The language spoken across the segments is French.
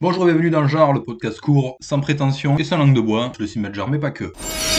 Bonjour et bienvenue dans le genre, le podcast court, sans prétention et sans langue de bois, le Simadjar mais pas que.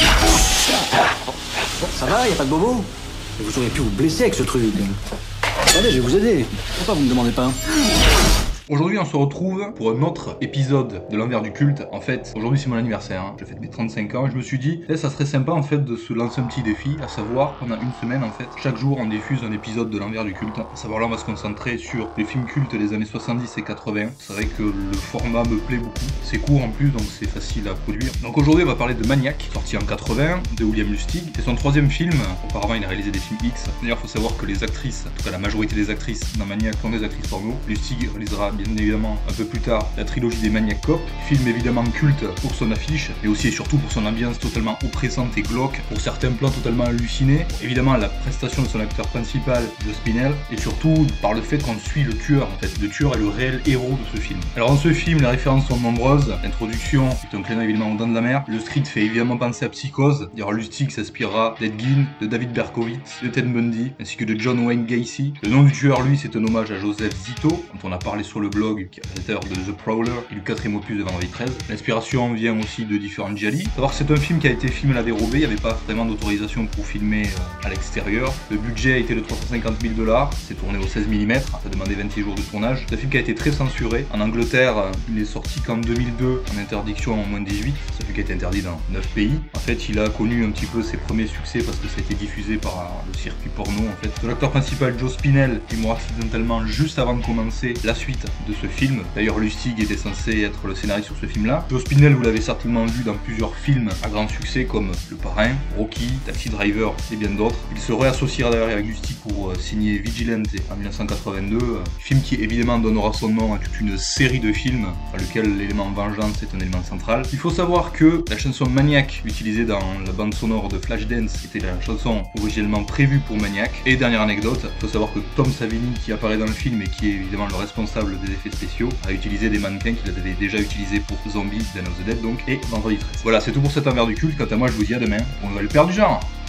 Bon, ça va, y a pas de bobo? Vous auriez pu vous blesser avec ce truc. Attendez, je vais vous aider. Pourquoi vous me demandez pas? Aujourd'hui on se retrouve pour un autre épisode de l'envers du culte. En fait, aujourd'hui c'est mon anniversaire, je fête mes 35 ans et je me suis dit, ça serait sympa en fait de se lancer un petit défi, à savoir pendant une semaine en fait, chaque jour on diffuse un épisode de l'envers du culte. À savoir là on va se concentrer sur les films cultes des années 70 et 80. C'est vrai que le format me plaît beaucoup, c'est court en plus donc c'est facile à produire. Donc aujourd'hui on va parler de Maniac, sorti en 80, de William Lustig. C'est son troisième film, auparavant il a réalisé des films X. D'ailleurs faut savoir que les actrices, en tout cas la majorité des actrices dans Maniac sont des actrices porno. Lustig réalisera bien évidemment un peu plus tard la trilogie des Maniac Cop, film évidemment culte pour son affiche, mais aussi et surtout pour son ambiance totalement oppressante et glauque, pour certains plans totalement hallucinés, évidemment la prestation de son acteur principal, Joe Spinell, et surtout par le fait qu'on suit le tueur, en fait, le tueur est le réel héros de ce film. Alors dans ce film, les références sont nombreuses, l'introduction est un clin d'œil évidemment aux Dents de la Mer, le street fait évidemment penser à Psychose, d'ailleurs Lustig s'inspirera d'Ed Gein, de David Berkowitz, de Ted Bundy, ainsi que de John Wayne Gacy. Le nom du tueur, lui, c'est un hommage à Joseph Zito, dont on a parlé sur le blog, qui est réalisateur de The Prowler et du 4ème opus de Vendredi 13. L'inspiration vient aussi de différents gialli. Savoir que c'est un film qui a été filmé à la dérobée, il n'y avait pas vraiment d'autorisation pour filmer à l'extérieur. Le budget a été de 350 000 $, c'est tourné au 16 mm, ça demandait 26 jours de tournage. C'est un film qui a été très censuré. En Angleterre, il est sorti qu'en 2002 en interdiction en moins de 18, c'est un film qui a été interdit dans 9 pays. En fait, il a connu un petit peu ses premiers succès parce que ça a été diffusé par le circuit porno en fait. L'acteur principal Joe Spinell est mort accidentellement juste avant de commencer la suite de ce film. D'ailleurs, Lustig était censé être le scénariste sur ce film-là. Joe Spinell, vous l'avez certainement vu dans plusieurs films à grand succès comme Le Parrain, Rocky, Taxi Driver et bien d'autres. Il se réassociera d'ailleurs avec Lustig pour signer Vigilante en 1982, film qui évidemment donnera son nom à toute une série de films dans lequel l'élément vengeance est un élément central. Il faut savoir que la chanson Maniac, utilisée dans la bande sonore de Flashdance, était la chanson originellement prévue pour Maniac. Et dernière anecdote, il faut savoir que Tom Savini, qui apparaît dans le film et qui est évidemment le responsable des effets spéciaux, a utilisé des mannequins qu'il avait déjà utilisés pour Zombie, Dawn of the Dead donc, et Vendredi 13. Voilà, c'est tout pour cet envers du culte. Quant à moi, je vous dis à demain pour une nouvelle paire du genre.